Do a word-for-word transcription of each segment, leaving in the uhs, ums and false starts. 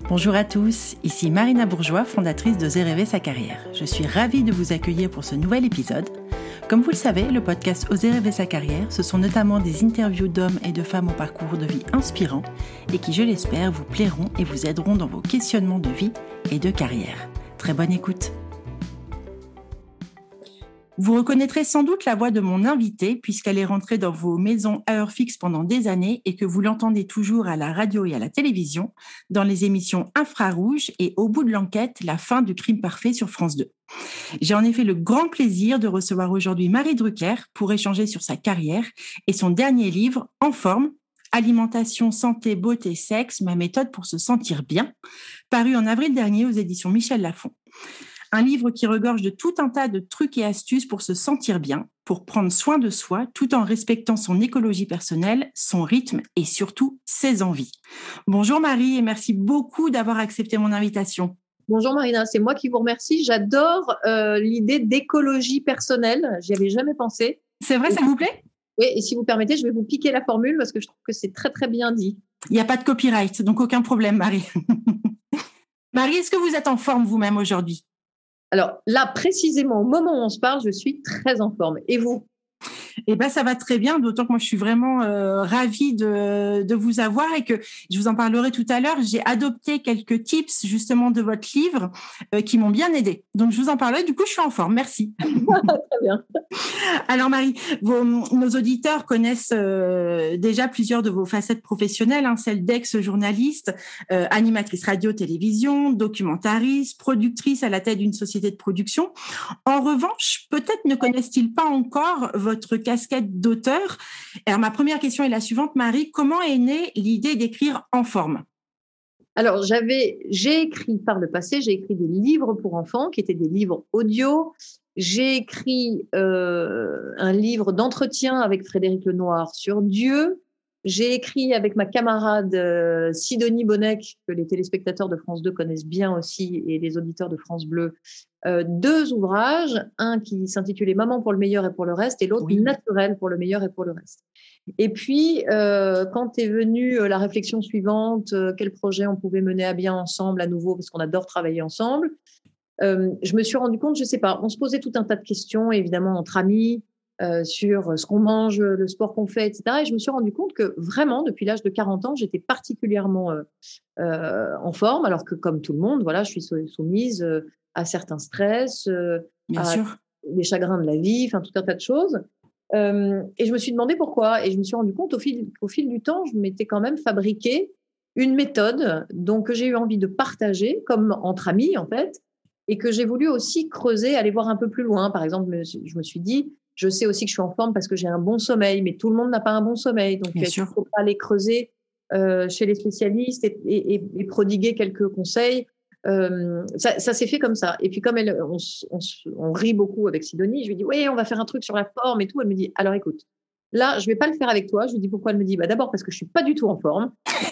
Bonjour à tous, ici Marina Bourgeois, fondatrice d'Oser rêver sa carrière. Je suis ravie de vous accueillir pour ce nouvel épisode. Comme vous le savez, le podcast Oser rêver sa carrière, ce sont notamment des interviews d'hommes et de femmes au parcours de vie inspirant et qui, je l'espère, vous plairont et vous aideront dans vos questionnements de vie et de carrière. Très bonne écoute. Vous reconnaîtrez sans doute la voix de mon invitée puisqu'elle est rentrée dans vos maisons à heure fixe pendant des années et que vous l'entendez toujours à la radio et à la télévision dans les émissions Infrarouge et Au bout de l'enquête, la fin du crime parfait sur France deux. J'ai en effet le grand plaisir de recevoir aujourd'hui Marie Drucker pour échanger sur sa carrière et son dernier livre, En forme, Alimentation, santé, beauté, sexe, ma méthode pour se sentir bien, paru en avril dernier aux éditions Michel Lafon. Un livre qui regorge de tout un tas de trucs et astuces pour se sentir bien, pour prendre soin de soi, tout en respectant son écologie personnelle, son rythme et surtout ses envies. Bonjour Marie et merci beaucoup d'avoir accepté mon invitation. Bonjour Marina, c'est moi qui vous remercie. J'adore euh, l'idée d'écologie personnelle, j'y avais jamais pensé. C'est vrai, et ça vous plaît ? Oui, et si vous permettez, je vais vous piquer la formule parce que je trouve que c'est très très bien dit. Il n'y a pas de copyright, donc aucun problème Marie. Marie, est-ce que vous êtes en forme vous-même aujourd'hui ? Alors là, précisément, au moment où on se parle, je suis très en forme. Et vous ? Eh ben, ça va très bien, d'autant que moi, je suis vraiment euh, ravie de, de vous avoir et que je vous en parlerai tout à l'heure. J'ai adopté quelques tips, justement, de votre livre euh, qui m'ont bien aidée. Donc, je vous en parlerai. Du coup, je suis en forme. Merci. Très bien. Alors, Marie, vos, nos auditeurs connaissent euh, déjà plusieurs de vos facettes professionnelles, hein, celle d'ex-journaliste, euh, animatrice radio-télévision, documentariste, productrice à la tête d'une société de production. En revanche, peut-être ne connaissent-ils pas encore votre casquette d'auteur. Alors, ma première question est la suivante, Marie. Comment est née l'idée d'écrire En forme ? Alors, j'avais, j'ai écrit par le passé, j'ai écrit des livres pour enfants qui étaient des livres audio. J'ai écrit euh, un livre d'entretien avec Frédéric Lenoir sur Dieu. J'ai écrit avec ma camarade euh, Sidonie Bonnec, que les téléspectateurs de France deux connaissent bien aussi, et les auditeurs de France Bleu, euh, deux ouvrages, un qui s'intitulait Maman pour le meilleur et pour le reste, et l'autre oui. Naturel pour le meilleur et pour le reste. Et puis, euh, quand est venue la réflexion suivante, euh, quel projet on pouvait mener à bien ensemble à nouveau, parce qu'on adore travailler ensemble, euh, je me suis rendu compte, je sais pas, on se posait tout un tas de questions, évidemment entre amis, Euh, sur ce qu'on mange, le sport qu'on fait, et cetera. Et je me suis rendu compte que vraiment, depuis l'âge de quarante ans, j'étais particulièrement euh, euh, en forme, alors que comme tout le monde, voilà, je suis soumise euh, à certains stress, euh, Bien à sûr. les chagrins de la vie, enfin tout un tas de choses. Euh, et je me suis demandé pourquoi. Et je me suis rendu compte au fil, au fil du temps, je m'étais quand même fabriqué une méthode donc, que j'ai eu envie de partager, comme entre amis en fait, et que j'ai voulu aussi creuser, aller voir un peu plus loin. Par exemple, je me suis dit, je sais aussi que je suis en forme parce que j'ai un bon sommeil, mais tout le monde n'a pas un bon sommeil. Donc, il ne faut pas aller creuser euh, chez les spécialistes et, et, et prodiguer quelques conseils. Euh, ça, ça s'est fait comme ça. Et puis, comme elle, on, on, on rit beaucoup avec Sidonie, je lui dis, oui, on va faire un truc sur la forme et tout. Elle me dit, alors écoute, là, je ne vais pas le faire avec toi. Je lui dis, pourquoi ? Elle me dit, bah, d'abord parce que je ne suis pas du tout en forme.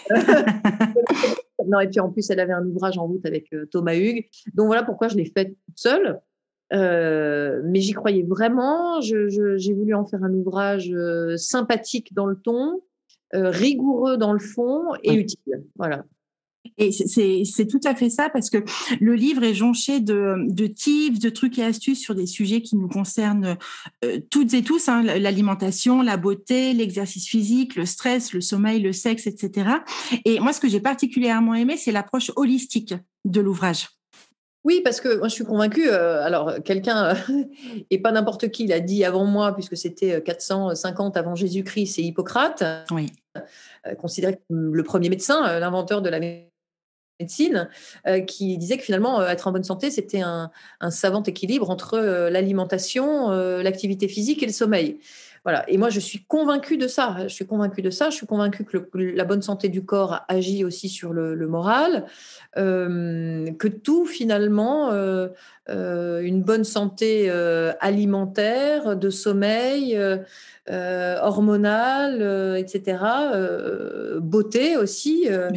Non, et puis en plus, elle avait un ouvrage en route avec euh, Thomas Hugues. Donc, voilà pourquoi je l'ai fait toute seule. Euh, mais j'y croyais vraiment. Je, je, j'ai voulu en faire un ouvrage euh, sympathique dans le ton, euh, rigoureux dans le fond et oui. Utile. Voilà. Et c'est, c'est, c'est tout à fait ça parce que le livre est jonché de, de tips, de trucs et astuces sur des sujets qui nous concernent euh, toutes et tous, hein, l'alimentation, la beauté, l'exercice physique, le stress, le sommeil, le sexe, et cetera. Et moi, ce que j'ai particulièrement aimé, c'est l'approche holistique de l'ouvrage. Oui, parce que moi, je suis convaincue, euh, alors quelqu'un, euh, et pas n'importe qui, l'a dit avant moi, puisque c'était quatre cent cinquante avant Jésus-Christ, c'est Hippocrate, oui. euh, considéré comme le premier médecin, euh, l'inventeur de la médecine, euh, qui disait que finalement, euh, être en bonne santé, c'était un, un savant équilibre entre euh, l'alimentation, euh, l'activité physique et le sommeil. Voilà. Et moi, je suis convaincue de ça. Je suis convaincue de ça. Je suis convaincue que le, la bonne santé du corps agit aussi sur le, le moral, euh, que tout, finalement, euh, euh, une bonne santé euh, alimentaire, de sommeil, euh, euh, hormonale, euh, et cetera, euh, beauté aussi. Euh, Bien sûr.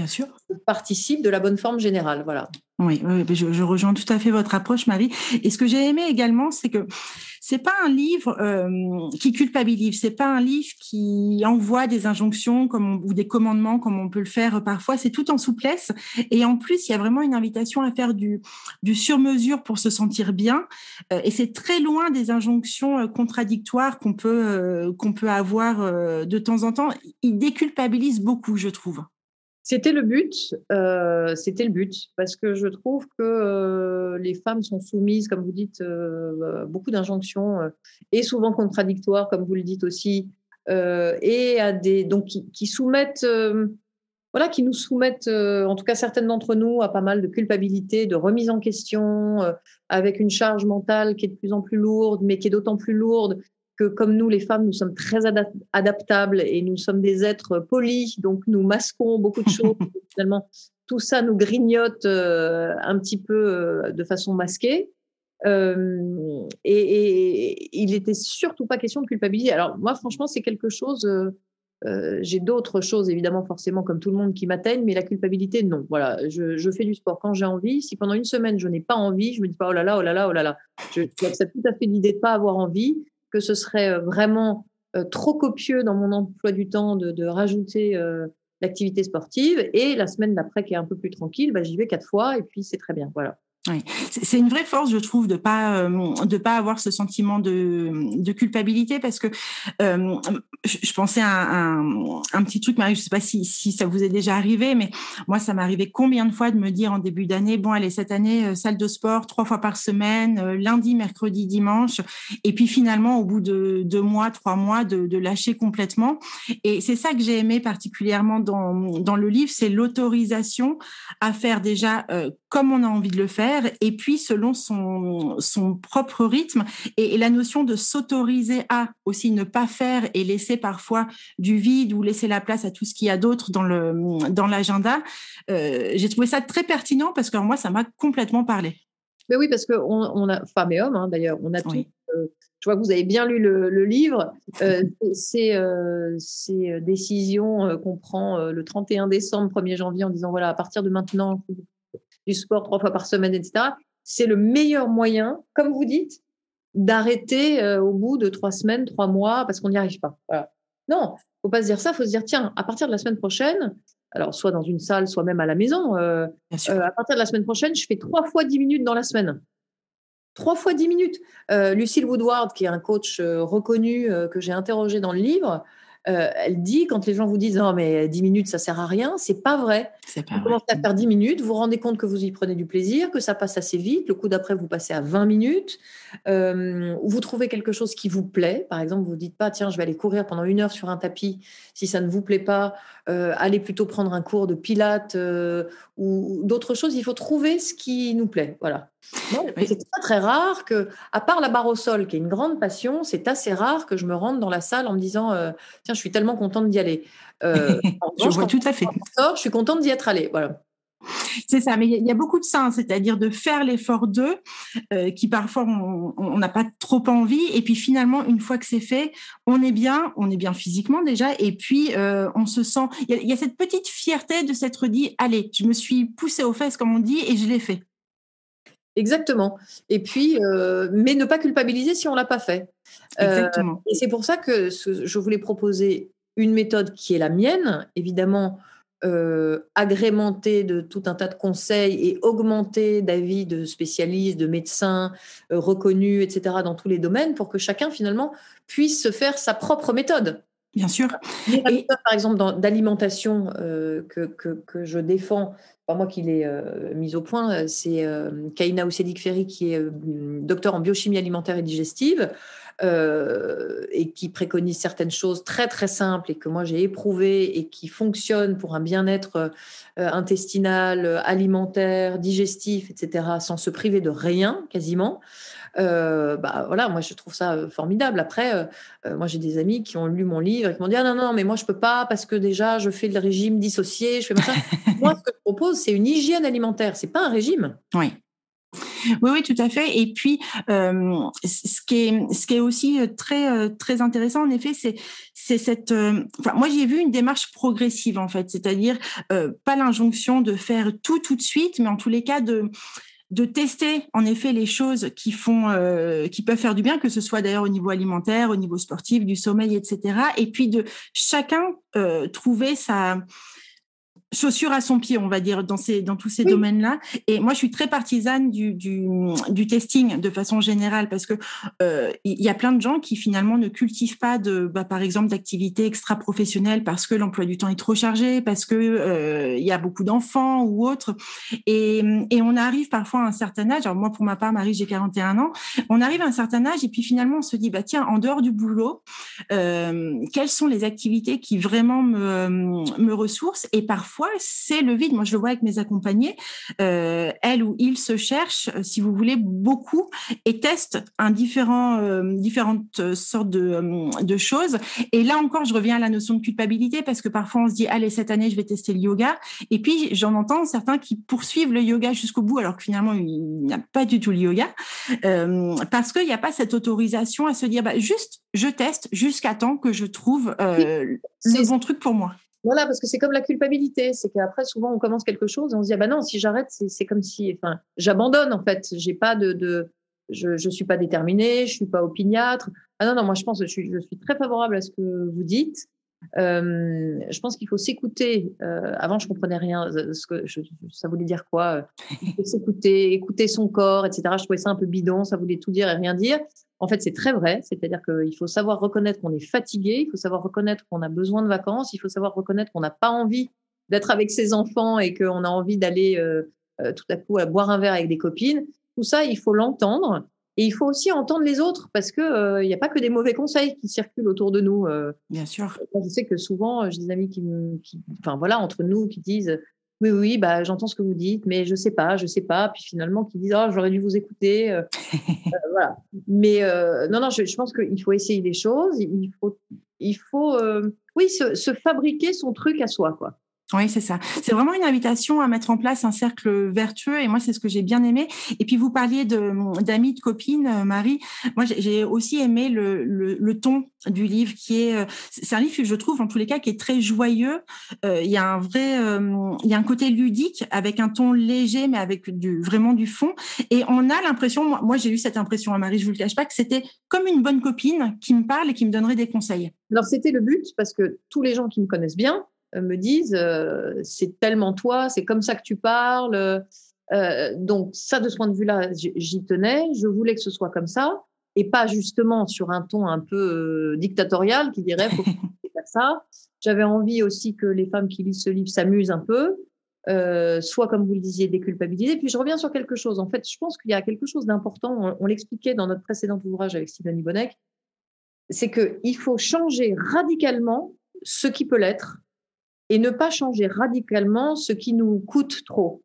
participe de la bonne forme générale. Voilà. Oui, oui, je, je rejoins tout à fait votre approche, Marie. Et ce que j'ai aimé également, c'est que c'est pas un livre euh, qui culpabilise, c'est pas un livre qui envoie des injonctions comme on, ou des commandements comme on peut le faire parfois. C'est tout en souplesse. Et en plus, il y a vraiment une invitation à faire du, du sur-mesure pour se sentir bien. Euh, et c'est très loin des injonctions euh, contradictoires qu'on peut euh, qu'on peut avoir euh, de temps en temps. Il déculpabilise beaucoup, je trouve. C'était le but, euh, c'était le but, parce que je trouve que euh, les femmes sont soumises, comme vous dites, euh, beaucoup d'injonctions euh, et souvent contradictoires, comme vous le dites aussi, euh, et à des donc qui, qui soumettent, euh, voilà, qui nous soumettent, euh, en tout cas certaines d'entre nous, à pas mal de culpabilité, de remise en question, euh, avec une charge mentale qui est de plus en plus lourde, mais qui est d'autant plus lourde que comme nous, les femmes, nous sommes très adap- adaptables et nous sommes des êtres polis, donc nous masquons beaucoup de choses. Finalement, tout ça nous grignote euh, un petit peu euh, de façon masquée. Euh, et, et, et il n'était surtout pas question de culpabiliser. Alors moi, franchement, c'est quelque chose... Euh, euh, j'ai d'autres choses, évidemment, forcément, comme tout le monde, qui m'atteignent, mais la culpabilité, non. Voilà, je, je fais du sport quand j'ai envie. Si pendant une semaine, je n'ai pas envie, je me dis pas, oh là là, oh là là, oh là là. Je, j'accepte tout à fait l'idée de ne pas avoir envie, que ce serait vraiment euh, trop copieux dans mon emploi du temps de, de rajouter euh, l'activité sportive. Et la semaine d'après, qui est un peu plus tranquille, bah, j'y vais quatre fois et puis c'est très bien. Voilà. Oui. C'est une vraie force, je trouve, de pas euh, de pas avoir ce sentiment de, de culpabilité, parce que euh, je pensais à un, un, un petit truc, Marie, je sais pas si, si ça vous est déjà arrivé, mais moi, ça m'est arrivé combien de fois de me dire en début d'année, bon, allez, cette année, euh, salle de sport, trois fois par semaine, euh, lundi, mercredi, dimanche, et puis finalement, au bout de deux mois, trois mois, de, de lâcher complètement. Et c'est ça que j'ai aimé particulièrement dans, dans le livre, c'est l'autorisation à faire déjà euh, comme on a envie de le faire, et puis selon son, son propre rythme, et, et la notion de s'autoriser à aussi ne pas faire et laisser parfois du vide ou laisser la place à tout ce qu'il y a d'autre dans, le, dans l'agenda. Euh, j'ai trouvé ça très pertinent parce que moi, ça m'a complètement parlé. Mais oui, parce qu'on on a, femmes et hommes hein, d'ailleurs, on a tout. Oui. Euh, je vois que vous avez bien lu le, le livre. Euh, ces, euh, ces décisions euh, qu'on prend euh, le trente et un décembre, premier janvier, en disant voilà, à partir de maintenant, du sport trois fois par semaine, et cetera. C'est le meilleur moyen, comme vous dites, d'arrêter euh, au bout de trois semaines, trois mois, parce qu'on n'y arrive pas. Voilà. Non, il ne faut pas se dire ça, il faut se dire, tiens, à partir de la semaine prochaine, alors soit dans une salle, soit même à la maison, euh, euh, à partir de la semaine prochaine, je fais trois fois dix minutes dans la semaine. Trois fois dix minutes. Euh, Lucille Woodward, qui est un coach euh, reconnu euh, que j'ai interrogé dans le livre, Euh, elle dit, quand les gens vous disent non mais dix minutes ça sert à rien, c'est pas vrai. C'est pas vous vrai. commencez à faire dix minutes, vous vous rendez compte que vous y prenez du plaisir, que ça passe assez vite, le coup d'après vous passez à vingt minutes, euh, vous trouvez quelque chose qui vous plaît, par exemple vous dites pas tiens je vais aller courir pendant une heure sur un tapis, si ça ne vous plaît pas, euh, allez plutôt prendre un cours de pilates euh, ou d'autres choses, il faut trouver ce qui nous plaît, voilà. Non, oui. C'est très très rare que, à part la barre au sol qui est une grande passion, c'est assez rare que je me rende dans la salle en me disant euh, tiens je suis tellement contente d'y aller. Euh, je vois tout à fait. Sors, je suis contente d'y être allée, voilà. C'est ça, mais il y a beaucoup de ça, hein, c'est-à-dire de faire l'effort d'eux, euh, qui parfois on n'a pas trop envie, et puis finalement une fois que c'est fait, on est bien, on est bien physiquement déjà, et puis euh, on se sent. Il y, y a cette petite fierté de s'être dit, allez, je me suis poussée aux fesses comme on dit, et je l'ai fait. Exactement. Et puis, euh, mais ne pas culpabiliser si on l'a pas fait. Exactement. Euh, et c'est pour ça que ce, je voulais proposer une méthode qui est la mienne, évidemment euh, agrémentée de tout un tas de conseils et augmentée d'avis de spécialistes, de médecins euh, reconnus, et cetera, dans tous les domaines, pour que chacun finalement puisse se faire sa propre méthode. Bien sûr. Et la méthode, par exemple, dans, d'alimentation euh, que, que, que je défends, pas moi qui l'ai euh, mise au point, c'est euh, Kaina Ousedik-Ferry qui est euh, docteur en biochimie alimentaire et digestive euh, et qui préconise certaines choses très très simples et que moi j'ai éprouvées et qui fonctionnent pour un bien-être euh, intestinal, alimentaire, digestif, et cetera, sans se priver de rien quasiment. Euh, bah voilà, moi je trouve ça formidable. Après, euh, moi j'ai des amis qui ont lu mon livre et qui m'ont dit ah non non mais moi je peux pas parce que déjà je fais le régime dissocié, je fais machin. Moi ce que je propose c'est une hygiène alimentaire, c'est pas un régime. Oui. Oui, oui, tout à fait. Et puis, euh, ce qui est, ce qui est aussi très, très intéressant, en effet, c'est, c'est cette. Euh, enfin, moi, j'ai vu une démarche progressive, en fait, c'est-à-dire euh, pas l'injonction de faire tout tout de suite, mais en tous les cas de de tester en effet les choses qui font, euh, qui peuvent faire du bien, que ce soit d'ailleurs au niveau alimentaire, au niveau sportif, du sommeil, et cetera. Et puis de chacun euh, trouver sa chaussure à son pied, on va dire, dans ces, dans tous ces Oui. domaines-là. Et moi, je suis très partisane du, du, du testing de façon générale, parce que euh, il y a plein de gens qui finalement ne cultivent pas de, bah, par exemple, d'activités extra-professionnelles parce que l'emploi du temps est trop chargé, parce que euh, il y a beaucoup d'enfants ou autres. Et, et on arrive parfois à un certain âge. Alors moi, pour ma part, Marie, j'ai quarante et un ans. On arrive à un certain âge et puis finalement, on se dit, bah tiens, en dehors du boulot, euh, quelles sont les activités qui vraiment me, me ressourcent? Et parfois c'est le vide. Moi, je le vois avec mes accompagnés. Euh, elles ou ils se cherchent, si vous voulez, beaucoup et testent un différent, euh, différentes sortes de, euh, de choses. Et là encore, je reviens à la notion de culpabilité parce que parfois on se dit, allez, cette année, je vais tester le yoga. Et puis, j'en entends certains qui poursuivent le yoga jusqu'au bout alors que finalement, il n'y a pas du tout le yoga euh, parce qu'il n'y a pas cette autorisation à se dire, bah, juste, je teste jusqu'à temps que je trouve euh, le bon truc pour moi. Voilà, parce que c'est comme la culpabilité, c'est qu'après souvent on commence quelque chose et on se dit ah bah non, si j'arrête c'est, c'est comme si, enfin j'abandonne en fait, j'ai pas de, de je je suis pas déterminée, je suis pas opiniâtre. Ah non non, moi je pense que je suis je suis très favorable à ce que vous dites. Euh, je pense qu'il faut s'écouter. Euh, avant je comprenais rien, ce que je, ça voulait dire quoi. Il faut s'écouter, écouter son corps, et cetera. Je trouvais ça un peu bidon, ça voulait tout dire et rien dire. En fait, c'est très vrai. C'est-à-dire qu'il faut savoir reconnaître qu'on est fatigué, il faut savoir reconnaître qu'on a besoin de vacances, il faut savoir reconnaître qu'on n'a pas envie d'être avec ses enfants et qu'on a envie d'aller euh, euh, tout à coup à boire un verre avec des copines. Tout ça, il faut l'entendre. Et il faut aussi entendre les autres parce que il euh, n'y a pas que des mauvais conseils qui circulent autour de nous. Euh, Bien sûr. je sais que souvent, j'ai des amis qui, qui, enfin voilà, entre nous, qui disent oui, oui, bah j'entends ce que vous dites, mais je sais pas, je sais pas. Puis finalement, qui disent oh, j'aurais dû vous écouter. Euh, voilà. Mais euh, non, non, je, je pense qu'il faut essayer des choses. Il faut, il faut, euh, oui, se, se fabriquer son truc à soi, quoi. Oui, c'est ça. C'est vraiment une invitation à mettre en place un cercle vertueux et moi, c'est ce que j'ai bien aimé. Et puis, vous parliez de, d'amis, de copines, Marie. Moi, j'ai aussi aimé le, le, le ton du livre qui est, c'est un livre que je trouve, en tous les cas, qui est très joyeux. Euh, il y a un vrai, euh, il y a un côté ludique avec un ton léger, mais avec du, vraiment du fond. Et on a l'impression, moi, moi j'ai eu cette impression à Marie, je vous le cache pas, que c'était comme une bonne copine qui me parle et qui me donnerait des conseils. Alors, c'était le but parce que tous les gens qui me connaissent bien, me disent euh, c'est tellement toi, c'est comme ça que tu parles. Euh, donc ça, de ce point de vue-là, j'y tenais. Je voulais que ce soit comme ça et pas justement sur un ton un peu euh, dictatorial qui dirait faut faire ça. J'avais envie aussi que les femmes qui lisent ce livre s'amusent un peu, euh, soit comme vous le disiez déculpabiliser. Puis je reviens sur quelque chose. En fait, je pense qu'il y a quelque chose d'important. On, on l'expliquait dans notre précédent ouvrage avec Sidonie Bonnec, c'est qu'il faut changer radicalement ce qui peut l'être et ne pas changer radicalement ce qui nous coûte trop.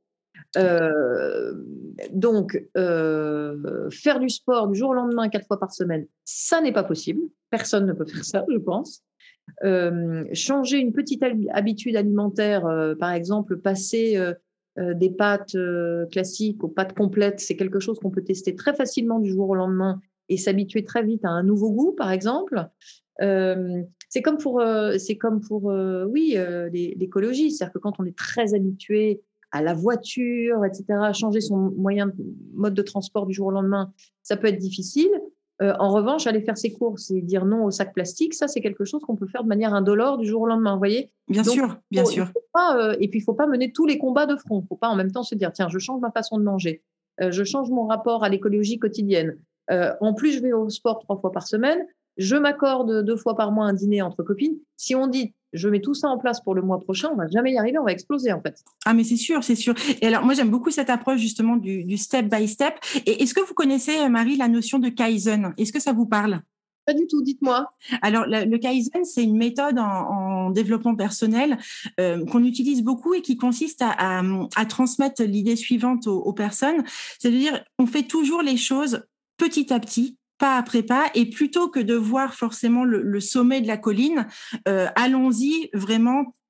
Euh, donc, euh, faire du sport du jour au lendemain, quatre fois par semaine, ça n'est pas possible. Personne ne peut faire ça, je pense. Euh, changer une petite habitude alimentaire, euh, par exemple, passer euh, euh, des pâtes euh, classiques aux pâtes complètes, c'est quelque chose qu'on peut tester très facilement du jour au lendemain et s'habituer très vite à un nouveau goût, par exemple. Euh, c'est comme pour, euh, c'est comme pour euh, oui, euh, l'écologie. C'est-à-dire que quand on est très habitué à la voiture, et cetera, changer son moyen, de, mode de transport du jour au lendemain, ça peut être difficile. Euh, en revanche, aller faire ses courses et dire non au sac plastique, ça, c'est quelque chose qu'on peut faire de manière indolore du jour au lendemain, vous voyez. Bien Donc, sûr, bien faut, sûr. Faut pas, euh, et puis, il ne faut pas mener tous les combats de front. Il ne faut pas en même temps se dire, tiens, je change ma façon de manger, euh, je change mon rapport à l'écologie quotidienne. Euh, en plus, je vais au sport trois fois par semaine. Je m'accorde deux fois par mois un dîner entre copines. Si on dit je mets tout ça en place pour le mois prochain, on va jamais y arriver, on va exploser en fait. Ah mais c'est sûr, c'est sûr. Et alors moi j'aime beaucoup cette approche justement du, du step by step. Et est-ce que vous connaissez, Marie, la notion de Kaizen? Est-ce que ça vous parle? Pas du tout, dites-moi. Alors, le, le Kaizen, c'est une méthode en, en développement personnel euh, qu'on utilise beaucoup et qui consiste à, à, à transmettre l'idée suivante aux, aux personnes. C'est-à-dire, on fait toujours les choses petit à petit, pas après pas, et plutôt que de voir forcément le, le sommet de la colline, euh, allons-y vraiment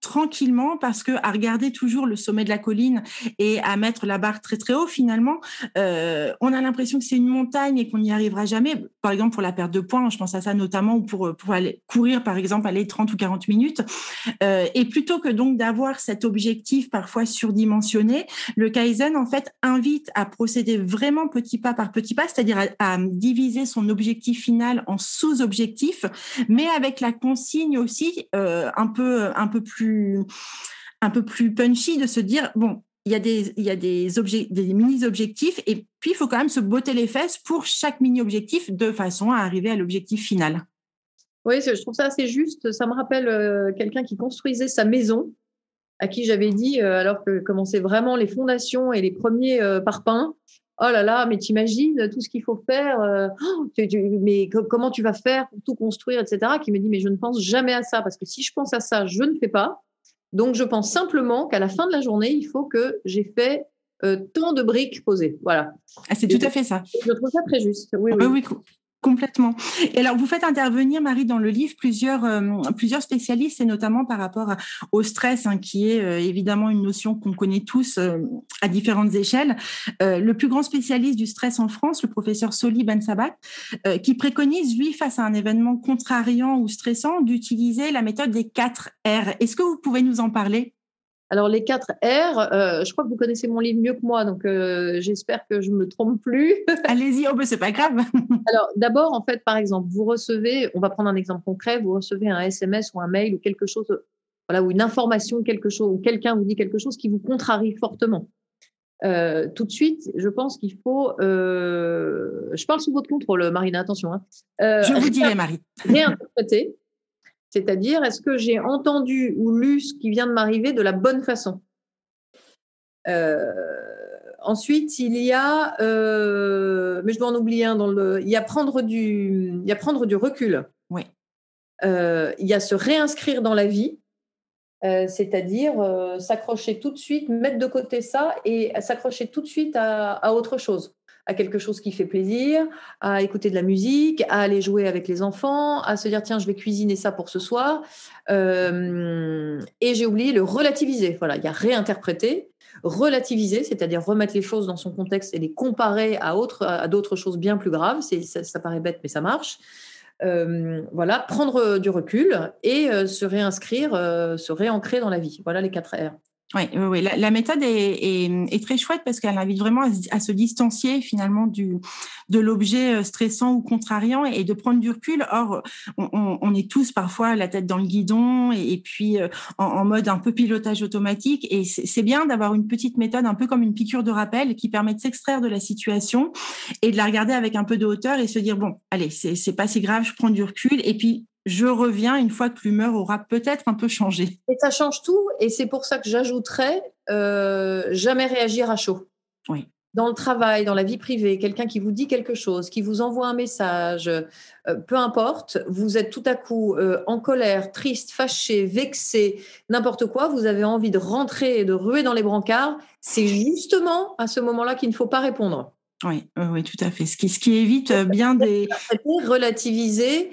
tranquillement, parce que à regarder toujours le sommet de la colline et à mettre la barre très très haut, finalement, euh, on a l'impression que c'est une montagne et qu'on n'y arrivera jamais. Par exemple, pour la perte de poids, je pense à ça notamment, ou pour, pour aller courir, par exemple, aller trente ou quarante minutes. Euh, et plutôt que donc d'avoir cet objectif parfois surdimensionné, le Kaizen, en fait, invite à procéder vraiment petit pas par petit pas, c'est-à-dire à, à diviser son objectif final en sous-objectifs, mais avec la consigne aussi euh, un peu, un peu plus, un peu plus punchy de se dire, bon, il y a des, il y a des objets, des mini-objectifs, et puis il faut quand même se botter les fesses pour chaque mini-objectif de façon à arriver à l'objectif final. Oui, je trouve ça assez juste. Ça me rappelle euh, quelqu'un qui construisait sa maison, à qui j'avais dit, euh, alors que commençaient vraiment les fondations et les premiers euh, parpaings, oh là là, mais t'imagines tout ce qu'il faut faire, euh, oh, tu, tu, mais co- comment tu vas faire pour tout construire, et cetera. Qui me dit, mais je ne pense jamais à ça, parce que si je pense à ça, je ne fais pas. Donc, je pense simplement qu'à la fin de la journée, il faut que j'ai fait euh, tant de briques posées. Voilà. Ah, c'est Et tout à fait ça. je trouve ça très juste. Oui, Oui, oui. oui, complètement. Et alors, vous faites intervenir, Marie, dans le livre, plusieurs, euh, plusieurs spécialistes, et notamment par rapport au stress, hein, qui est euh, évidemment une notion qu'on connaît tous euh, à différentes échelles. Euh, le plus grand spécialiste du stress en France, le professeur Soli Ben Sabat, euh, qui préconise, lui, face à un événement contrariant ou stressant, d'utiliser la méthode des quatre R. Est-ce que vous pouvez nous en parler ? Alors, les quatre R, euh, je crois que vous connaissez mon livre mieux que moi, donc euh, j'espère que je ne me trompe plus. Allez-y, oh ben c'est pas grave. Alors, d'abord, en fait, par exemple, vous recevez, on va prendre un exemple concret, vous recevez un S M S ou un mail ou quelque chose, voilà, ou une information, quelque chose, ou quelqu'un vous dit quelque chose qui vous contrarie fortement. Euh, tout de suite, je pense qu'il faut, euh, je parle sous votre contrôle, Marina, attention. Hein, euh, je vous dirai, Marie. Réinterpréter. C'est-à-dire, est-ce que j'ai entendu ou lu ce qui vient de m'arriver de la bonne façon ? euh, Ensuite, il y a, euh, mais je dois en oublier un, dans le, il y a prendre du, il y a prendre du recul. Oui. Euh, il y a se réinscrire dans la vie, euh, c'est-à-dire euh, s'accrocher tout de suite, mettre de côté ça et s'accrocher tout de suite à, à autre chose. À quelque chose qui fait plaisir, à écouter de la musique, à aller jouer avec les enfants, à se dire tiens, je vais cuisiner ça pour ce soir. Euh, et j'ai oublié le relativiser. Voilà, il y a réinterpréter, relativiser, c'est-à-dire remettre les choses dans son contexte et les comparer à, autre, à d'autres choses bien plus graves. C'est, ça, ça paraît bête, mais ça marche. Euh, voilà, prendre du recul et euh, se réinscrire, euh, se réancrer dans la vie. Voilà les quatre R. Oui, oui, oui. La, la méthode est, est, est très chouette parce qu'elle invite vraiment à se, à se distancier finalement du, de l'objet stressant ou contrariant et de prendre du recul. Or, on, on, on est tous parfois la tête dans le guidon et, et puis en, en mode un peu pilotage automatique. Et c'est, c'est bien d'avoir une petite méthode un peu comme une piqûre de rappel qui permet de s'extraire de la situation et de la regarder avec un peu de hauteur et se dire, bon, allez, c'est, c'est pas si grave, je prends du recul et puis je reviens une fois que l'humeur aura peut-être un peu changé. Et ça change tout, et c'est pour ça que j'ajouterais euh, jamais réagir à chaud. Oui. Dans le travail, dans la vie privée, quelqu'un qui vous dit quelque chose, qui vous envoie un message, euh, peu importe, vous êtes tout à coup euh, en colère, triste, fâché, vexé, n'importe quoi, vous avez envie de rentrer et de ruer dans les brancards, c'est justement à ce moment-là qu'il ne faut pas répondre. Oui, oui, tout à fait. Ce qui, ce qui évite bien des... Relativiser,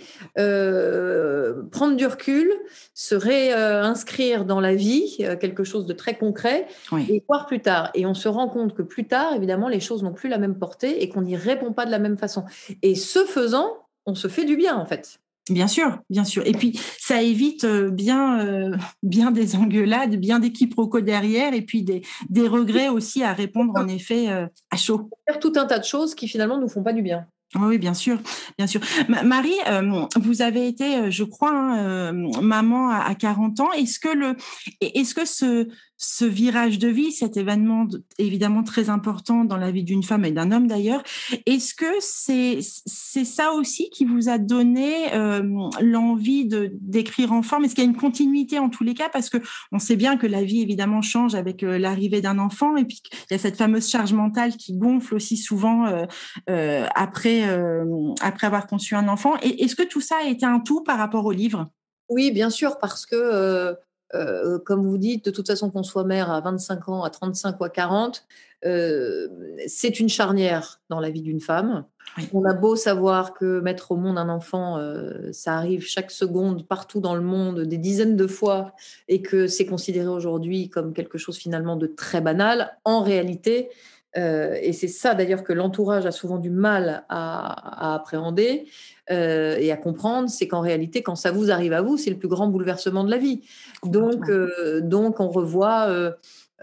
euh, prendre du recul, se réinscrire dans la vie, euh, quelque chose de très concret, oui. Et voir plus tard. Et on se rend compte que plus tard, évidemment, les choses n'ont plus la même portée et qu'on n'y répond pas de la même façon. Et ce faisant, on se fait du bien, en fait. Bien sûr, bien sûr. Et puis, ça évite bien, euh, bien des engueulades, bien des quiproquos derrière et puis des, des regrets aussi à répondre, en effet, euh, à chaud. Faire tout un tas de choses qui, finalement, ne nous font pas du bien. Oui, bien sûr, bien sûr. Marie, euh, vous avez été, je crois, hein, euh, maman à, à quarante ans. Est-ce que le, est-ce que ce, ce virage de vie, cet événement de, évidemment très important dans la vie d'une femme et d'un homme d'ailleurs, est-ce que c'est, c'est ça aussi qui vous a donné euh, l'envie de d'écrire enfant? Est-ce qu'il y a une continuité en tous les cas? Parce que on sait bien que la vie évidemment change avec euh, l'arrivée d'un enfant et puis il y a cette fameuse charge mentale qui gonfle aussi souvent euh, euh, après. Euh, après avoir conçu un enfant. Et est-ce que tout ça a été un tout par rapport au livre ? Oui, bien sûr, parce que euh, euh, comme vous dites, de toute façon, qu'on soit mère à vingt-cinq ans, à trente-cinq ou à quarante, euh, c'est une charnière dans la vie d'une femme. Oui. On a beau savoir que mettre au monde un enfant, euh, ça arrive chaque seconde, partout dans le monde, des dizaines de fois, et que c'est considéré aujourd'hui comme quelque chose finalement de très banal. En réalité, euh, et c'est ça d'ailleurs que l'entourage a souvent du mal à, à appréhender euh, et à comprendre, c'est qu'en réalité, quand ça vous arrive à vous, c'est le plus grand bouleversement de la vie. Donc, euh, donc on revoit euh,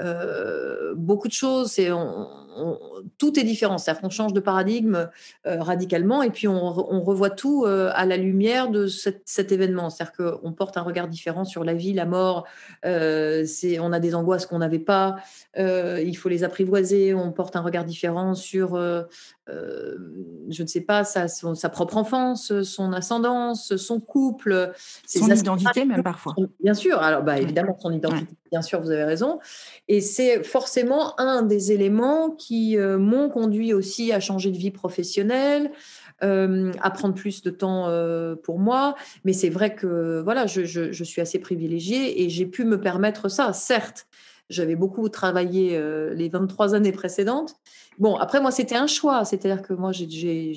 euh, beaucoup de choses. C'est, on, on, tout est différent. C'est-à-dire qu'on change de paradigme euh, radicalement et puis on, on revoit tout euh, à la lumière de cet, cet événement. C'est-à-dire qu'on porte un regard différent sur la vie, la mort. Euh, c'est, on a des angoisses qu'on n'avait pas. Euh, il faut les apprivoiser. On porte un regard différent sur, euh, euh, je ne sais pas, sa, son, sa propre enfance, son ascendance, son couple, son identité même parfois. Bien sûr. Alors, bah, évidemment, son identité, ouais. Bien sûr, vous avez raison. Et c'est forcément un des éléments qui euh, m'ont conduit aussi à changer de vie professionnelle, euh, à prendre plus de temps euh, pour moi. Mais c'est vrai que voilà, je, je, je suis assez privilégiée et j'ai pu me permettre ça, certes. J'avais beaucoup travaillé euh, les vingt-trois années précédentes. Bon, après, moi, c'était un choix. C'est-à-dire que moi, j'ai, j'ai,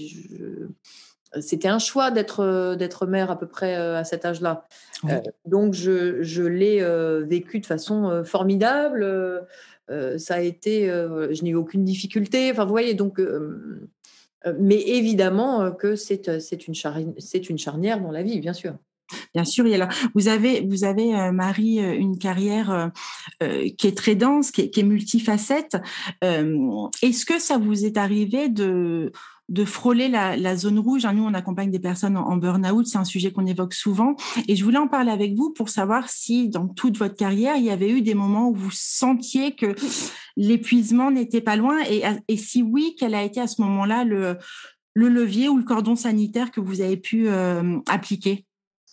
je... c'était un choix d'être, d'être mère à peu près à cet âge-là. Oui. Euh, donc, je, je l'ai euh, vécu de façon euh, formidable. Euh, ça a été... Euh, je n'ai eu aucune difficulté. Enfin, vous voyez, donc... Euh, mais évidemment que c'est, c'est, une charnière, c'est une charnière dans la vie, bien sûr. Bien sûr, et alors, vous avez, vous avez euh, Marie, une carrière euh, qui est très dense, qui est, qui est multifacette. Euh, est-ce que ça vous est arrivé de, de frôler la, la zone rouge? Nous, on accompagne des personnes en, en burn-out, c'est un sujet qu'on évoque souvent. Et je voulais en parler avec vous pour savoir si, dans toute votre carrière, il y avait eu des moments où vous sentiez que l'épuisement n'était pas loin. Et, et si oui, quel a été à ce moment-là le, le levier ou le cordon sanitaire que vous avez pu euh, appliquer?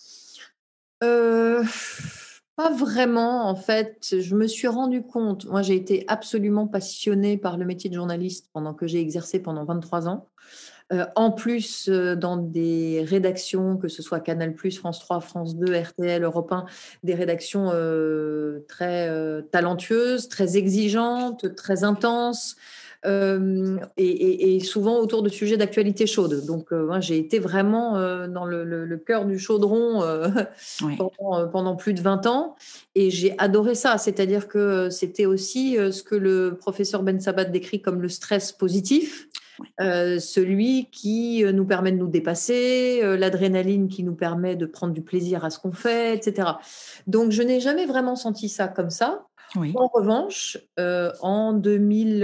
Euh, pas vraiment, en fait. Je me suis rendu compte, moi j'ai été absolument passionnée par le métier de journaliste pendant que j'ai exercé pendant vingt-trois ans. Euh, en plus, euh, dans des rédactions, que ce soit Canal+, France trois, France deux, R T L, Europe un, des rédactions euh, très euh, talentueuses, très exigeantes, très intenses. Euh, et, et, et souvent autour de sujets d'actualité chaude. Donc, euh, moi, j'ai été vraiment euh, dans le, le, le cœur du chaudron euh, oui. pendant, euh, pendant plus de vingt ans. Et j'ai adoré ça. C'est-à-dire que c'était aussi euh, ce que le professeur Ben Sabat décrit comme le stress positif. Oui. Euh, celui qui nous permet de nous dépasser, euh, l'adrénaline qui nous permet de prendre du plaisir à ce qu'on fait, et cetera. Donc, je n'ai jamais vraiment senti ça comme ça. Oui. En revanche, euh, en deux mille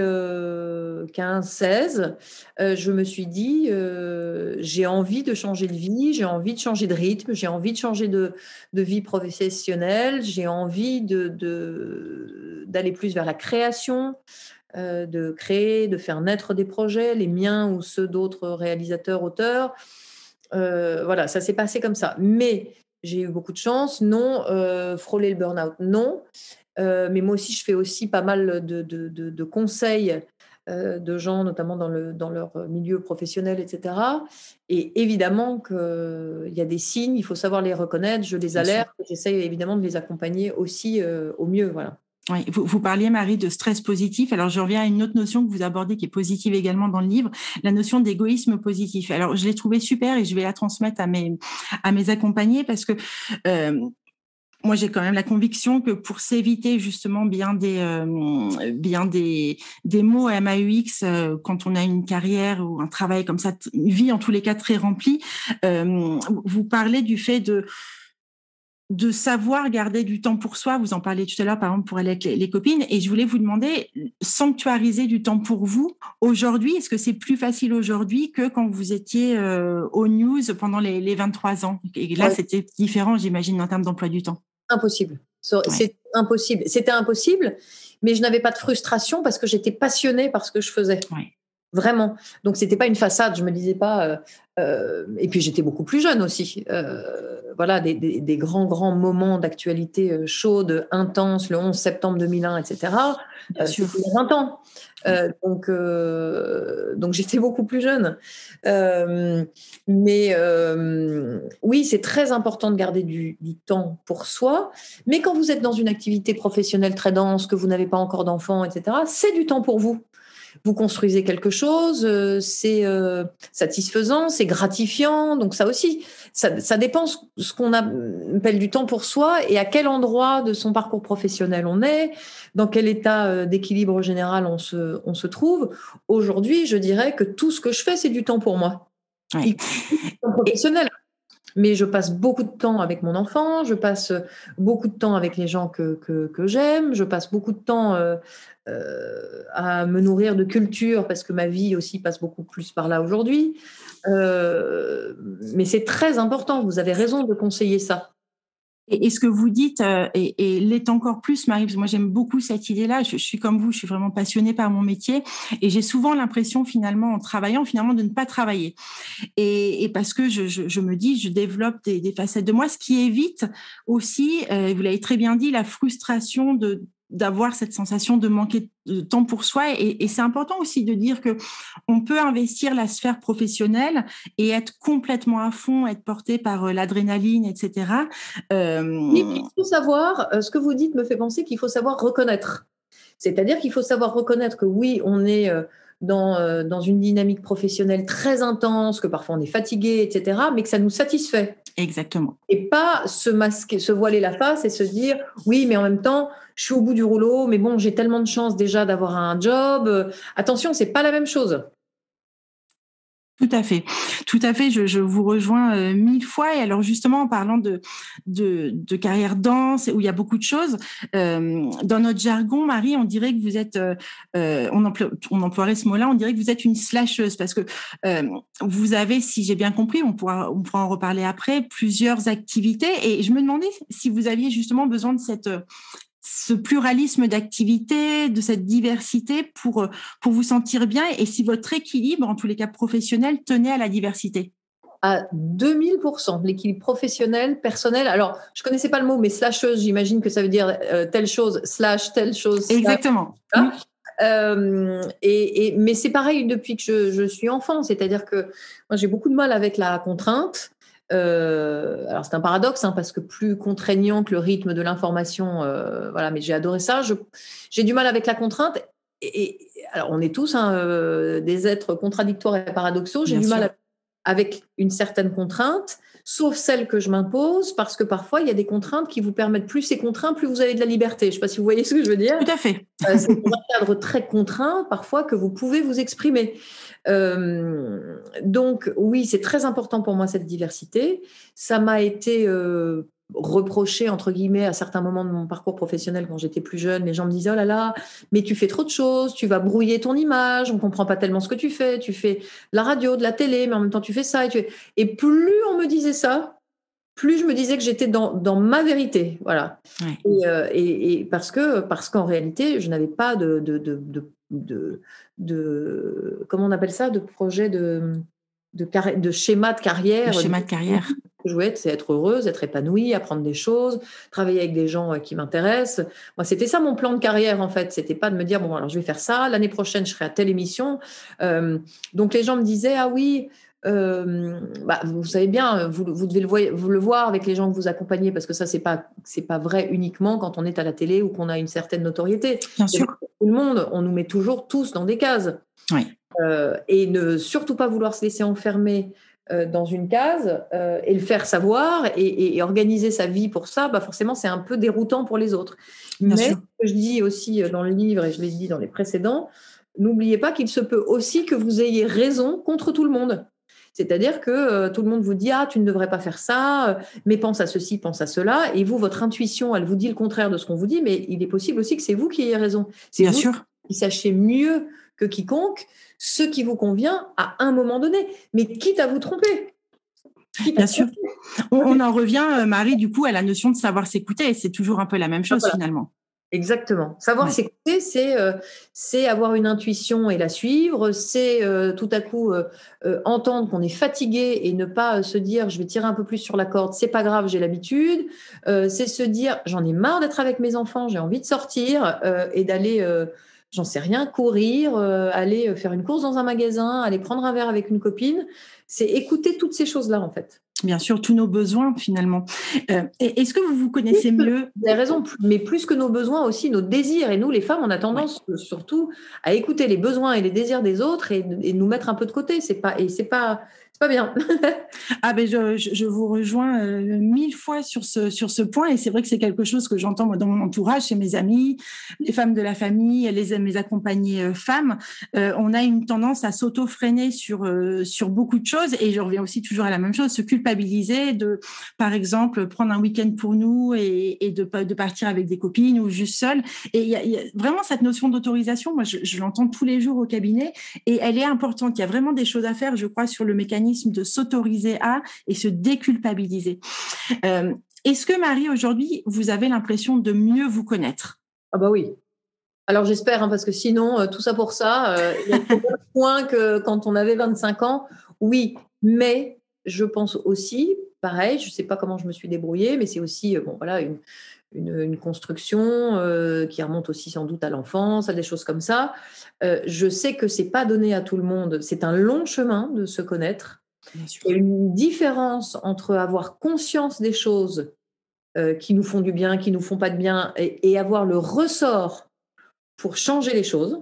quinze seize, euh, je me suis dit, euh, j'ai envie de changer de vie, j'ai envie de changer de rythme, j'ai envie de changer de, de vie professionnelle, j'ai envie de, de, d'aller plus vers la création, euh, de créer, de faire naître des projets, les miens ou ceux d'autres réalisateurs, auteurs. Euh, voilà, ça s'est passé comme ça. Mais j'ai eu beaucoup de chance. Non, euh, frôler le burn-out, non. Euh, mais moi aussi, je fais aussi pas mal de, de, de, de conseils euh, de gens, notamment dans, le, dans leur milieu professionnel, et cetera. Et évidemment qu'il y a des signes, il faut savoir les reconnaître, je les alerte, j'essaye évidemment de les accompagner aussi euh, au mieux. Voilà. Oui, vous, vous parliez, Marie, de stress positif. Alors, je reviens à une autre notion que vous abordez qui est positive également dans le livre, la notion d'égoïsme positif. Alors, je l'ai trouvée super et je vais la transmettre à mes, à mes accompagnés parce que euh, moi, j'ai quand même la conviction que pour s'éviter justement bien des euh, bien des des mots M A U X euh, quand on a une carrière ou un travail comme ça, une vie en tous les cas très remplie, euh, vous parlez du fait de de savoir garder du temps pour soi. Vous en parliez tout à l'heure, par exemple, pour aller avec les, les copines. Et je voulais vous demander, sanctuariser du temps pour vous aujourd'hui, est-ce que c'est plus facile aujourd'hui que quand vous étiez euh, aux news pendant les, les vingt-trois ans? Et là, ouais. C'était différent, j'imagine, en termes d'emploi du temps. Impossible. C'est ouais. impossible. C'était impossible, mais je n'avais pas de frustration parce que j'étais passionnée par ce que je faisais. Ouais. Vraiment. Donc, c'était pas une façade. Je me disais pas. Euh, euh, et puis, j'étais beaucoup plus jeune aussi. Euh, voilà, des, des, des grands, grands moments d'actualité chaude, intense, le onze septembre deux mille un, et cetera. Euh, c'était il y a vingt ans. Euh, donc, euh, donc, j'étais beaucoup plus jeune. Euh, mais euh, oui, c'est très important de garder du, du temps pour soi. Mais quand vous êtes dans une activité professionnelle très dense, que vous n'avez pas encore d'enfants, et cetera, c'est du temps pour vous. Vous construisez quelque chose, euh, c'est euh, satisfaisant, c'est gratifiant. Donc ça aussi, ça, ça dépend ce, ce qu'on appelle du temps pour soi et à quel endroit de son parcours professionnel on est, dans quel état euh, d'équilibre général on se, on se trouve. Aujourd'hui, je dirais que tout ce que je fais, c'est du temps pour moi. Ouais. Y compris du temps professionnel. Mais je passe beaucoup de temps avec mon enfant, je passe beaucoup de temps avec les gens que, que, que j'aime, je passe beaucoup de temps euh, euh, à me nourrir de culture parce que ma vie aussi passe beaucoup plus par là aujourd'hui. Euh, mais c'est très important, vous avez raison de conseiller ça. Et, et ce que vous dites euh, et, et l'est encore plus, Marie, parce que moi j'aime beaucoup cette idée-là. Je, je suis comme vous, je suis vraiment passionnée par mon métier et j'ai souvent l'impression finalement en travaillant finalement de ne pas travailler. Et, et parce que je, je, je me dis, je développe des, des facettes de moi, ce qui évite aussi, euh, vous l'avez très bien dit, la frustration de d'avoir cette sensation de manquer de temps pour soi. Et, et c'est important aussi de dire que on peut investir la sphère professionnelle et être complètement à fond, être porté par euh, l'adrénaline, et cetera. Euh... Oui, il faut savoir, euh, ce que vous dites me fait penser qu'il faut savoir reconnaître. C'est-à-dire qu'il faut savoir reconnaître que oui, on est euh, dans, euh, dans une dynamique professionnelle très intense, que parfois on est fatigué, et cetera, mais que ça nous satisfait. Exactement. Et pas se masquer, se voiler la face et se dire oui, mais en même temps, je suis au bout du rouleau, mais bon, j'ai tellement de chance déjà d'avoir un job. Euh, attention, c'est pas la même chose. Tout à fait, tout à fait. Je, je vous rejoins euh, mille fois. Et alors justement, en parlant de de, de carrière dense où il y a beaucoup de choses, euh, dans notre jargon, Marie, on dirait que vous êtes, euh, on, emploie, on emploierait ce mot-là, on dirait que vous êtes une slasheuse parce que euh, vous avez, si j'ai bien compris, on pourra on pourra en reparler après, plusieurs activités. Et je me demandais si vous aviez justement besoin de cette ce pluralisme d'activités, de cette diversité pour, pour vous sentir bien et si votre équilibre, en tous les cas professionnel, tenait à la diversité. À deux mille pour cent, l'équilibre professionnel, personnel. Alors, je ne connaissais pas le mot, mais slasheuse, j'imagine que ça veut dire euh, telle chose, slash, telle chose. Slash, exactement. hein. Euh, et, et, mais c'est pareil depuis que je, je suis enfant, c'est-à-dire que moi, j'ai beaucoup de mal avec la contrainte. Euh, alors c'est un paradoxe hein, parce que plus contraignant que le rythme de l'information, euh, voilà. Mais j'ai adoré ça. Je, j'ai du mal avec la contrainte. Et, et alors on est tous hein, euh, des êtres contradictoires et paradoxaux. J'ai Bien du sûr. mal avec, avec une certaine contrainte, sauf celle que je m'impose, parce que parfois il y a des contraintes qui vous permettent plus c'est contraint, plus vous avez de la liberté. Je ne sais pas si vous voyez ce que je veux dire. Tout à fait. Euh, c'est dans un cadre très contraint parfois que vous pouvez vous exprimer. Euh, donc oui, c'est très important pour moi cette diversité. Ça m'a été euh, reproché entre guillemets à certains moments de mon parcours professionnel quand j'étais plus jeune. Les gens me disaient oh là là, mais tu fais trop de choses, tu vas brouiller ton image, on comprend pas tellement ce que tu fais. Tu fais de la radio, de la télé, mais en même temps tu fais ça. Et, tu... et plus on me disait ça, plus je me disais que j'étais dans, dans ma vérité, voilà. Ouais. Et, euh, et, et parce que parce qu'en réalité, je n'avais pas de de, de, de, de, de comment on appelle ça, de projet de de, carri- de schéma de carrière. Le schéma de carrière. Ce que je voulais être, c'est être heureuse, être épanouie, apprendre des choses, travailler avec des gens qui m'intéressent. Moi, c'était ça mon plan de carrière en fait. C'était pas de me dire bon alors je vais faire ça, l'année prochaine je serai à telle émission. Euh, donc les gens me disaient ah oui. Euh, bah, vous savez bien, vous, vous devez le, voy- vous le voir avec les gens que vous accompagnez, parce que ça, c'est pas, c'est pas vrai uniquement quand on est à la télé ou qu'on a une certaine notoriété. Bien sûr. Tout le monde, on nous met toujours tous dans des cases. Oui. Euh, et ne surtout pas vouloir se laisser enfermer euh, dans une case euh, et le faire savoir et, et, et organiser sa vie pour ça, bah forcément, c'est un peu déroutant pour les autres. Bien Mais sûr. ce que je dis aussi dans le livre, et je l'ai dit dans les précédents, n'oubliez pas qu'il se peut aussi que vous ayez raison contre tout le monde. C'est-à-dire que euh, tout le monde vous dit « Ah, tu ne devrais pas faire ça, euh, mais pense à ceci, pense à cela. » Et vous, votre intuition, elle vous dit le contraire de ce qu'on vous dit, mais il est possible aussi que c'est vous qui ayez raison. C'est Bien vous sûr. qui sachiez mieux que quiconque ce qui vous convient à un moment donné, mais quitte à vous tromper. Quitte Bien à sûr. On, on en revient, Marie, du coup, à la notion de savoir s'écouter. Et c'est toujours un peu la même chose, voilà. finalement. Exactement. Savoir Ouais. s'écouter, c'est, euh, c'est avoir une intuition et la suivre, c'est euh, tout à coup euh, euh, entendre qu'on est fatigué et ne pas euh, se dire je vais tirer un peu plus sur la corde, c'est pas grave, j'ai l'habitude. Euh, c'est se dire j'en ai marre d'être avec mes enfants, j'ai envie de sortir euh, et d'aller, euh, j'en sais rien, courir, euh, aller faire une course dans un magasin, aller prendre un verre avec une copine. C'est écouter toutes ces choses-là en fait. Bien sûr, tous nos besoins finalement. Euh, est-ce que vous vous connaissez Plus que- mieux? Vous avez raison, mais plus que nos besoins aussi, nos désirs. Et nous, les femmes, on a Ouais. tendance euh, surtout à écouter les besoins et les désirs des autres et, et nous mettre un peu de côté. C'est pas, et c'est pas, c'est pas bien. Ah ben je, je, je vous rejoins euh, mille fois sur ce, sur ce point et c'est vrai que c'est quelque chose que j'entends moi, dans mon entourage, chez mes amis, les femmes de la famille, les, mes accompagnées euh, femmes. Euh, on a une tendance à s'auto-freiner sur, euh, sur beaucoup de choses et je reviens aussi toujours à la même chose, se culpabiliser de, par exemple, prendre un week-end pour nous et, et de, de partir avec des copines ou juste seule. Et il y a, y a vraiment cette notion d'autorisation, moi je, je l'entends tous les jours au cabinet et elle est importante. Il y a vraiment des choses à faire, je crois, sur le mécanisme de s'autoriser à et se déculpabiliser. Euh, est-ce que Marie, aujourd'hui, vous avez l'impression de mieux vous connaître? Ah bah oui. Alors j'espère, hein, parce que sinon, euh, tout ça pour ça, euh, il y a le même point que quand on avait vingt-cinq ans. Oui, mais je pense aussi, pareil, je ne sais pas comment je me suis débrouillée, mais c'est aussi euh, bon, voilà, une, une, une construction euh, qui remonte aussi sans doute à l'enfance, à des choses comme ça. Euh, je sais que c'est pas donné à tout le monde. C'est un long chemin de se connaître. Bien sûr. Il y a une différence entre avoir conscience des choses euh, qui nous font du bien, qui nous font pas de bien, et, et avoir le ressort pour changer les choses.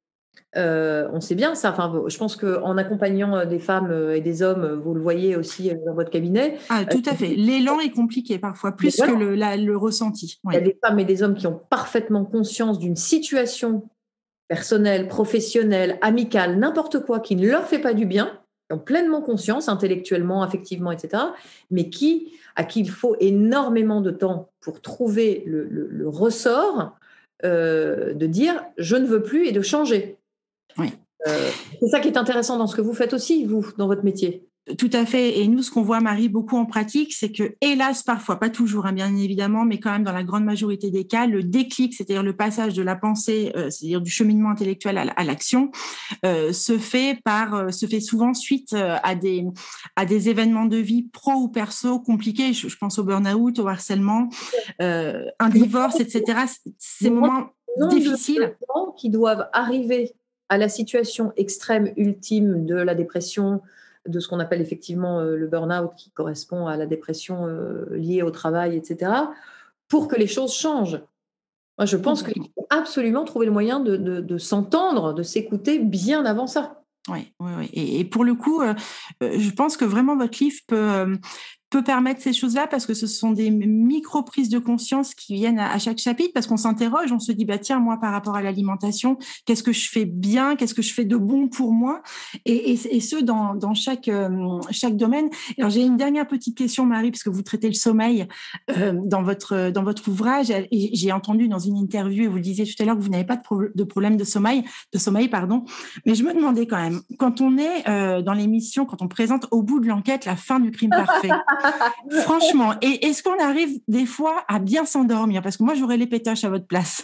Euh, on sait bien ça. Enfin, je pense qu'en accompagnant des femmes et des hommes, vous le voyez aussi dans votre cabinet. Ah, tout à fait. L'élan est compliqué parfois, plus Voilà. que le, la, le ressenti. Oui. Il y a des femmes et des hommes qui ont parfaitement conscience d'une situation personnelle, professionnelle, amicale, n'importe quoi, qui ne leur fait pas du bien, qui ont pleinement conscience, intellectuellement, affectivement, et cetera, mais qui, à qui il faut énormément de temps pour trouver le, le, le ressort euh, de dire je ne veux plus et de changer. Oui. Euh, c'est ça qui est intéressant dans ce que vous faites aussi, vous, dans votre métier. Tout à fait. Et nous, ce qu'on voit, Marie, beaucoup en pratique, c'est que, hélas, parfois, pas toujours, hein, bien évidemment, mais quand même dans la grande majorité des cas, le déclic, c'est-à-dire le passage de la pensée, euh, c'est-à-dire du cheminement intellectuel à, à l'action, euh, se fait par, euh, se fait souvent suite euh, à des, à des événements de vie pro ou perso compliqués. Je, je pense au burn-out, au harcèlement, euh, un divorce, et cetera. Ces moments difficiles. De gens qui doivent arriver à la situation extrême ultime de la dépression, de ce qu'on appelle effectivement euh, le burn-out, qui correspond à la dépression euh, liée au travail, et cetera, pour que les choses changent. Moi, je pense qu'il faut absolument trouver le moyen de, de, de s'entendre, de s'écouter bien avant ça. Oui, oui, oui. Et, et pour le coup, euh, je pense que vraiment votre livre peut, euh, peut permettre ces choses-là parce que ce sont des micro-prises de conscience qui viennent à, à chaque chapitre parce qu'on s'interroge, on se dit, bah tiens, moi, par rapport à l'alimentation, qu'est-ce que je fais bien, qu'est-ce que je fais de bon pour moi et, et, et ce, dans, dans chaque, euh, chaque domaine. Alors, j'ai une dernière petite question, Marie, parce que vous traitez le sommeil euh, dans, votre, dans votre ouvrage. Et j'ai entendu dans une interview, et vous le disiez tout à l'heure, que vous n'avez pas de, pro- de problème de sommeil, de sommeil, pardon. Mais je me demandais quand même, quand on est euh, dans l'émission, quand on présente au bout de l'enquête la fin du crime parfait, franchement, et est-ce qu'on arrive des fois à bien s'endormir? Parce que moi, j'aurais les pétaches à votre place.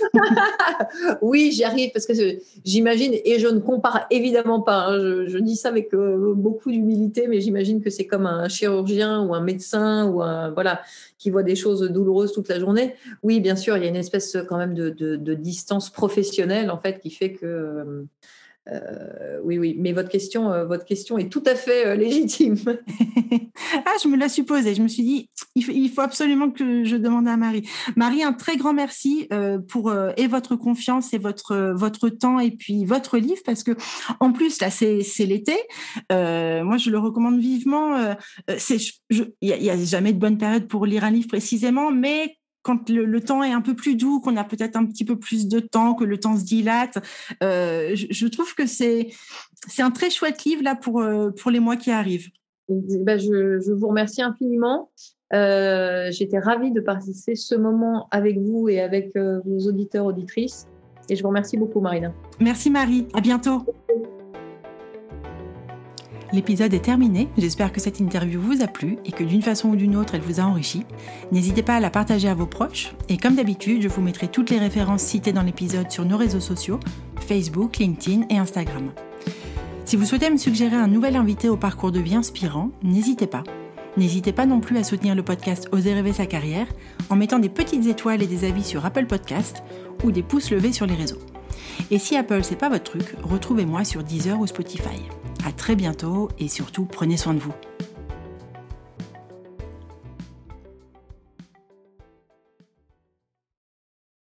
Oui, j'y arrive parce que j'imagine, et je ne compare évidemment pas, hein, je, je dis ça avec euh, beaucoup d'humilité, mais j'imagine que c'est comme un chirurgien ou un médecin ou un, voilà, qui voit des choses douloureuses toute la journée. Oui, bien sûr, il y a une espèce quand même de, de, de distance professionnelle en fait qui fait que... Euh, Euh, oui, oui, mais votre question, euh, votre question est tout à fait euh, légitime. Ah, je me la suis posée. Je me suis dit, il faut, il faut absolument que je demande à Marie. Marie, un très grand merci euh, pour euh, et votre confiance et votre euh, votre temps et puis votre livre parce que en plus là c'est c'est l'été. Euh, moi, je le recommande vivement. Euh, c'est, il y a, y a jamais de bonne période pour lire un livre précisément, mais quand le, le temps est un peu plus doux, qu'on a peut-être un petit peu plus de temps, que le temps se dilate, euh, je, je trouve que c'est c'est un très chouette livre là pour euh, pour les mois qui arrivent. Ben, je, je vous remercie infiniment. Euh, j'étais ravie de passer ce moment avec vous et avec euh, vos auditeurs, auditrices. Et je vous remercie beaucoup, Marina. Merci Marie. À bientôt. L'épisode est terminé, j'espère que cette interview vous a plu et que d'une façon ou d'une autre elle vous a enrichi. N'hésitez pas à la partager à vos proches et comme d'habitude, je vous mettrai toutes les références citées dans l'épisode sur nos réseaux sociaux, Facebook, LinkedIn et Instagram. Si vous souhaitez me suggérer un nouvel invité au parcours de vie inspirant, n'hésitez pas. N'hésitez pas non plus à soutenir le podcast Oser rêver sa carrière en mettant des petites étoiles et des avis sur Apple Podcast ou des pouces levés sur les réseaux. Et si Apple c'est pas votre truc, retrouvez-moi sur Deezer ou Spotify. À très bientôt et surtout prenez soin de vous.